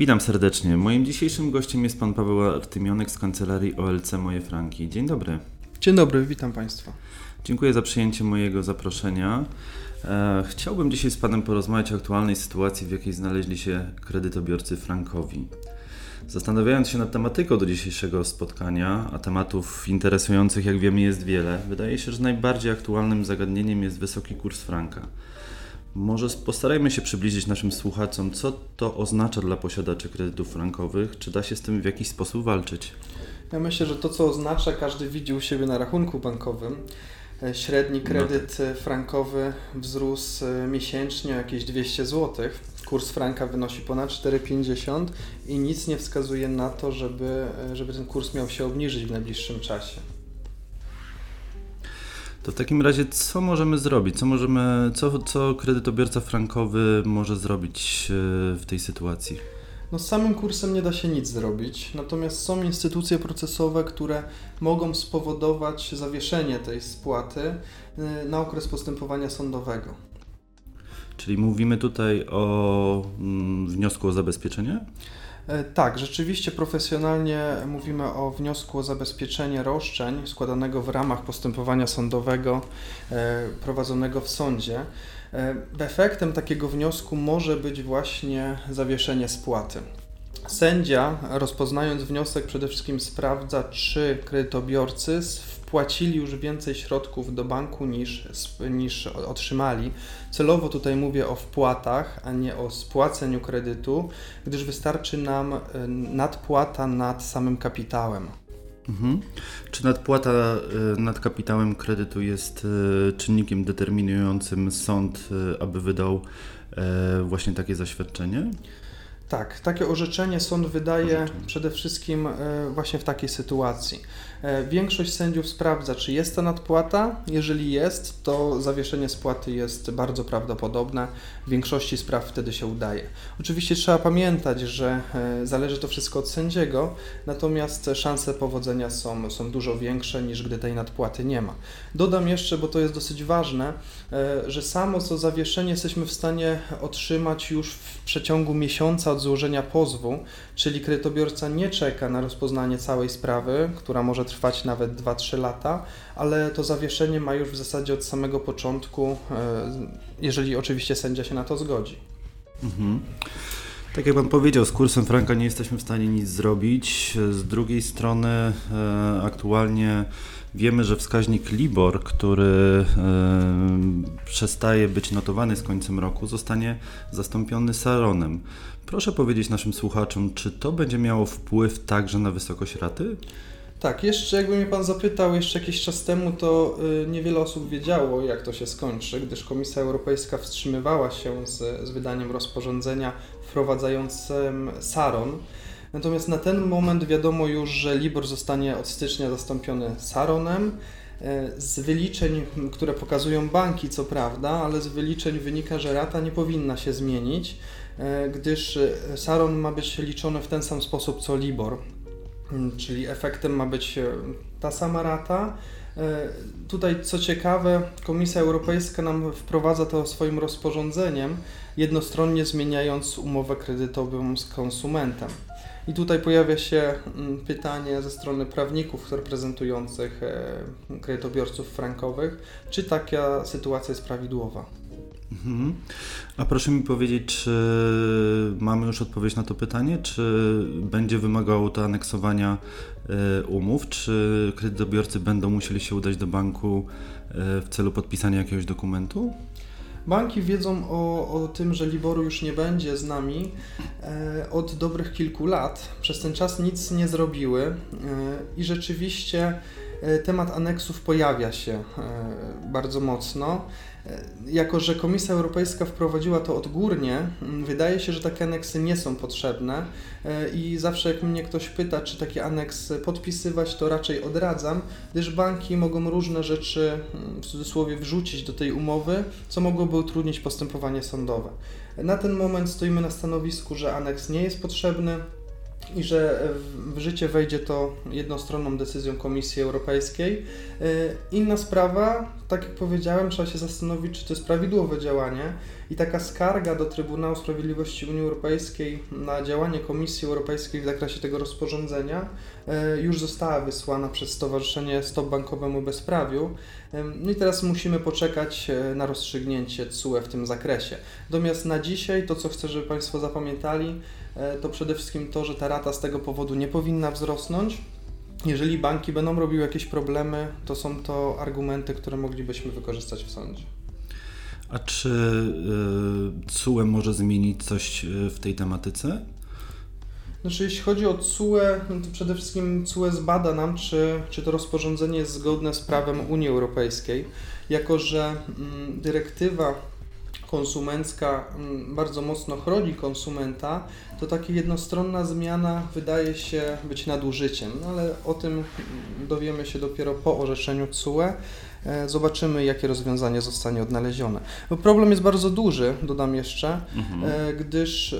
Witam serdecznie. Moim dzisiejszym gościem jest pan Paweł Artymionek z kancelarii OLC Moje Franki. Dzień dobry. Dzień dobry, witam Państwa. Dziękuję za przyjęcie mojego zaproszenia. Chciałbym dzisiaj z panem porozmawiać o aktualnej sytuacji, w jakiej znaleźli się kredytobiorcy frankowi. Zastanawiając się nad tematyką do dzisiejszego spotkania, a tematów interesujących, jak wiemy, jest wiele, wydaje się, że najbardziej aktualnym zagadnieniem jest wysoki kurs franka. Może postarajmy się przybliżyć naszym słuchaczom, co to oznacza dla posiadaczy kredytów frankowych, czy da się z tym w jakiś sposób walczyć? Ja myślę, że to, co oznacza, każdy widzi u siebie na rachunku bankowym. Średni kredyt frankowy wzrósł miesięcznie o jakieś 200 zł. Kurs franka wynosi ponad 4,50 i nic nie wskazuje na to, żeby ten kurs miał się obniżyć w najbliższym czasie. To w takim razie co możemy zrobić? Co kredytobiorca frankowy może zrobić w tej sytuacji? No z samym kursem nie da się nic zrobić, natomiast są instytucje procesowe, które mogą spowodować zawieszenie tej spłaty na okres postępowania sądowego. Czyli mówimy tutaj o wniosku o zabezpieczenie? Tak, rzeczywiście profesjonalnie mówimy o wniosku o zabezpieczenie roszczeń składanego w ramach postępowania sądowego prowadzonego w sądzie. Efektem takiego wniosku może być właśnie zawieszenie spłaty. Sędzia, rozpoznając wniosek, przede wszystkim sprawdza, czy kredytobiorcy wpłacili już więcej środków do banku niż otrzymali. Celowo tutaj mówię o wpłatach, a nie o spłaceniu kredytu, gdyż wystarczy nam nadpłata nad samym kapitałem. Czy nadpłata nad kapitałem kredytu jest czynnikiem determinującym sąd, aby wydał właśnie takie zaświadczenie? Tak, takie orzeczenie sąd wydaje przede wszystkim właśnie w takiej sytuacji. Większość sędziów sprawdza, czy jest ta nadpłata. Jeżeli jest, to zawieszenie spłaty jest bardzo prawdopodobne. W większości spraw wtedy się udaje. Oczywiście trzeba pamiętać, że zależy to wszystko od sędziego, natomiast szanse powodzenia są dużo większe, niż gdy tej nadpłaty nie ma. Dodam jeszcze, bo to jest dosyć ważne, że samo to zawieszenie jesteśmy w stanie otrzymać już w przeciągu miesiąca od złożenia pozwu, czyli kredytobiorca nie czeka na rozpoznanie całej sprawy, która może trwać nawet 2-3 lata, ale to zawieszenie ma już w zasadzie od samego początku, jeżeli oczywiście sędzia się na to zgodzi. Tak jak Pan powiedział, z kursem franka nie jesteśmy w stanie nic zrobić. Z drugiej strony aktualnie wiemy, że wskaźnik LIBOR, który przestaje być notowany z końcem roku, zostanie zastąpiony SARON-em. Proszę powiedzieć naszym słuchaczom, czy to będzie miało wpływ także na wysokość raty? Tak, jeszcze jakby mnie Pan zapytał jeszcze jakiś czas temu, to niewiele osób wiedziało, jak to się skończy, gdyż Komisja Europejska wstrzymywała się z wydaniem rozporządzenia wprowadzającym SARON. Natomiast na ten moment wiadomo już, że LIBOR zostanie od stycznia zastąpiony SARON-em. Z wyliczeń, które pokazują banki, co prawda, ale z wyliczeń wynika, że rata nie powinna się zmienić, gdyż SARON ma być liczony w ten sam sposób co LIBOR. Czyli efektem ma być ta sama rata. Tutaj co ciekawe, Komisja Europejska nam wprowadza to swoim rozporządzeniem, jednostronnie zmieniając umowę kredytową z konsumentem. I tutaj pojawia się pytanie ze strony prawników reprezentujących kredytobiorców frankowych, czy taka sytuacja jest prawidłowa. A proszę mi powiedzieć, czy mamy już odpowiedź na to pytanie, czy będzie wymagało to aneksowania umów, czy kredytobiorcy będą musieli się udać do banku w celu podpisania jakiegoś dokumentu? Banki wiedzą o tym, że LIBOR-u już nie będzie z nami od dobrych kilku lat. Przez ten czas nic nie zrobiły i rzeczywiście temat aneksów pojawia się bardzo mocno. Jako że Komisja Europejska wprowadziła to odgórnie, wydaje się, że takie aneksy nie są potrzebne i zawsze jak mnie ktoś pyta, czy taki aneks podpisywać, to raczej odradzam, gdyż banki mogą różne rzeczy w cudzysłowie wrzucić do tej umowy, co mogłoby utrudnić postępowanie sądowe. Na ten moment stoimy na stanowisku, że aneks nie jest potrzebny. i że w życie wejdzie to jednostronną decyzją Komisji Europejskiej. Inna sprawa, tak jak powiedziałem, trzeba się zastanowić, czy to jest prawidłowe działanie i taka skarga do Trybunału Sprawiedliwości Unii Europejskiej na działanie Komisji Europejskiej w zakresie tego rozporządzenia już została wysłana przez Stowarzyszenie Stop Bankowemu Bezprawiu. No i teraz musimy poczekać na rozstrzygnięcie TSUE w tym zakresie. Natomiast na dzisiaj to, co chcę, żeby Państwo zapamiętali, to przede wszystkim to, że ta rata z tego powodu nie powinna wzrosnąć. Jeżeli banki będą robiły jakieś problemy, to są to argumenty, które moglibyśmy wykorzystać w sądzie. A czy TSUE może zmienić coś w tej tematyce? Znaczy, jeśli chodzi o TSUE, no to przede wszystkim TSUE zbada nam, czy to rozporządzenie jest zgodne z prawem Unii Europejskiej, jako że dyrektywa konsumencka bardzo mocno chroni konsumenta, to taka jednostronna zmiana wydaje się być nadużyciem, no ale o tym dowiemy się dopiero po orzeczeniu TSUE. Zobaczymy, jakie rozwiązanie zostanie odnalezione. Bo problem jest bardzo duży, dodam jeszcze, gdyż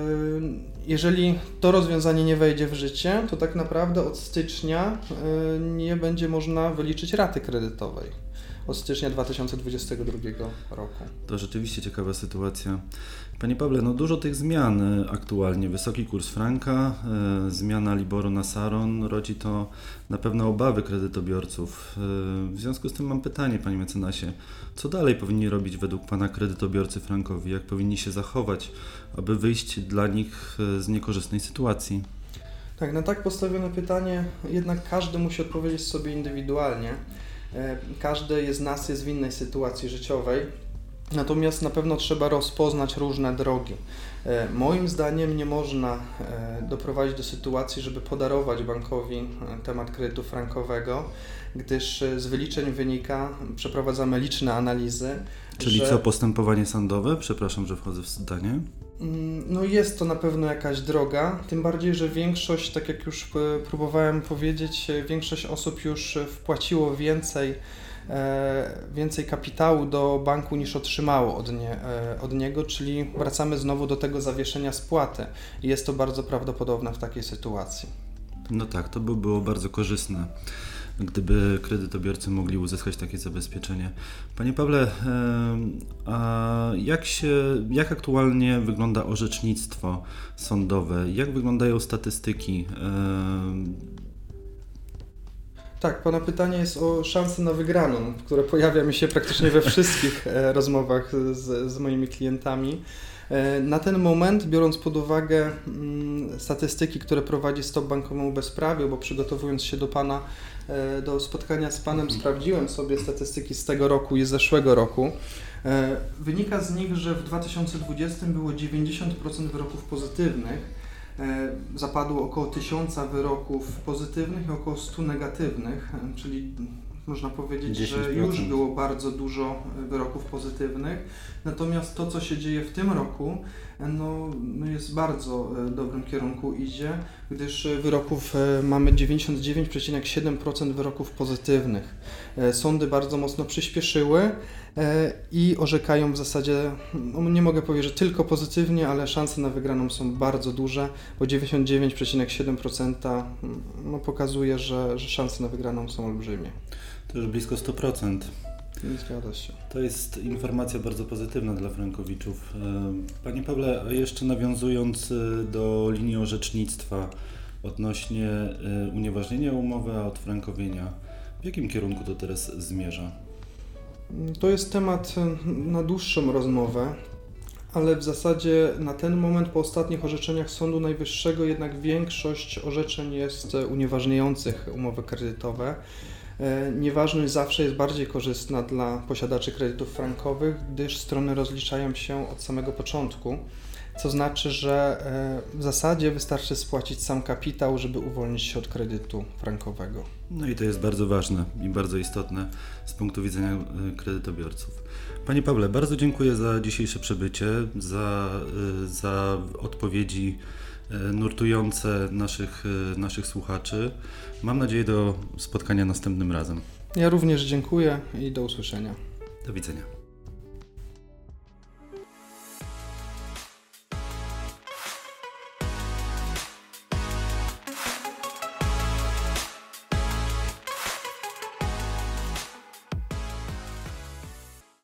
jeżeli to rozwiązanie nie wejdzie w życie, to tak naprawdę od stycznia nie będzie można wyliczyć raty kredytowej. Od stycznia 2022 roku. To rzeczywiście ciekawa sytuacja. Panie Pawle, no dużo tych zmian aktualnie. Wysoki kurs franka, zmiana Liboru na Saron, rodzi to na pewno obawy kredytobiorców. W związku z tym mam pytanie, panie mecenasie. Co dalej powinni robić według pana kredytobiorcy frankowi? Jak powinni się zachować, aby wyjść dla nich z niekorzystnej sytuacji? Tak, na tak postawione pytanie jednak każdy musi odpowiedzieć sobie indywidualnie. Każdy z nas jest w innej sytuacji życiowej, natomiast na pewno trzeba rozpoznać różne drogi. Moim zdaniem nie można doprowadzić do sytuacji, żeby podarować bankowi temat kredytu frankowego, gdyż z wyliczeń wynika, przeprowadzamy liczne analizy. Czyli co, postępowanie sądowe? Przepraszam, że wchodzę w zdanie. No jest to na pewno jakaś droga, tym bardziej, że większość, tak jak już próbowałem powiedzieć, większość osób już wpłaciło więcej kapitału do banku niż otrzymało od niego, czyli wracamy znowu do tego zawieszenia spłaty i jest to bardzo prawdopodobne w takiej sytuacji. No tak, to by było bardzo korzystne, gdyby kredytobiorcy mogli uzyskać takie zabezpieczenie. Panie Pawle, a jak aktualnie wygląda orzecznictwo sądowe? Jak wyglądają statystyki? Tak, pana pytanie jest o szansę na wygraną, które pojawia mi się praktycznie we wszystkich rozmowach z moimi klientami. Na ten moment, biorąc pod uwagę statystyki, które prowadzi Stop Bankowemu Bezprawiu, bo przygotowując się do spotkania z Panem, sprawdziłem sobie statystyki z tego roku i z zeszłego roku. Wynika z nich, że w 2020 było 90% wyroków pozytywnych, zapadło około 1000 wyroków pozytywnych i około 100 negatywnych, czyli można powiedzieć, 10%. Że już było bardzo dużo wyroków pozytywnych. Natomiast to, co się dzieje w tym roku, jest w bardzo dobrym kierunku idzie, gdyż wyroków mamy 99,7% wyroków pozytywnych. Sądy bardzo mocno przyspieszyły i orzekają w zasadzie, nie mogę powiedzieć, że tylko pozytywnie, ale szanse na wygraną są bardzo duże, bo 99,7% pokazuje, że szanse na wygraną są olbrzymie. To już blisko 100%. Zgadza się. To jest informacja bardzo pozytywna dla frankowiczów. Panie Pawle, a jeszcze nawiązując do linii orzecznictwa odnośnie unieważnienia umowy, a odfrankowienia, w jakim kierunku to teraz zmierza? To jest temat na dłuższą rozmowę, ale w zasadzie na ten moment po ostatnich orzeczeniach Sądu Najwyższego jednak większość orzeczeń jest unieważniających umowy kredytowe. Nieważność zawsze jest bardziej korzystna dla posiadaczy kredytów frankowych, gdyż strony rozliczają się od samego początku, co znaczy, że w zasadzie wystarczy spłacić sam kapitał, żeby uwolnić się od kredytu frankowego. No i to jest bardzo ważne i bardzo istotne z punktu widzenia kredytobiorców. Panie Pawle, bardzo dziękuję za dzisiejsze przybycie, za odpowiedzi nurtujące naszych słuchaczy. Mam nadzieję do spotkania następnym razem. Ja również dziękuję i do usłyszenia. Do widzenia.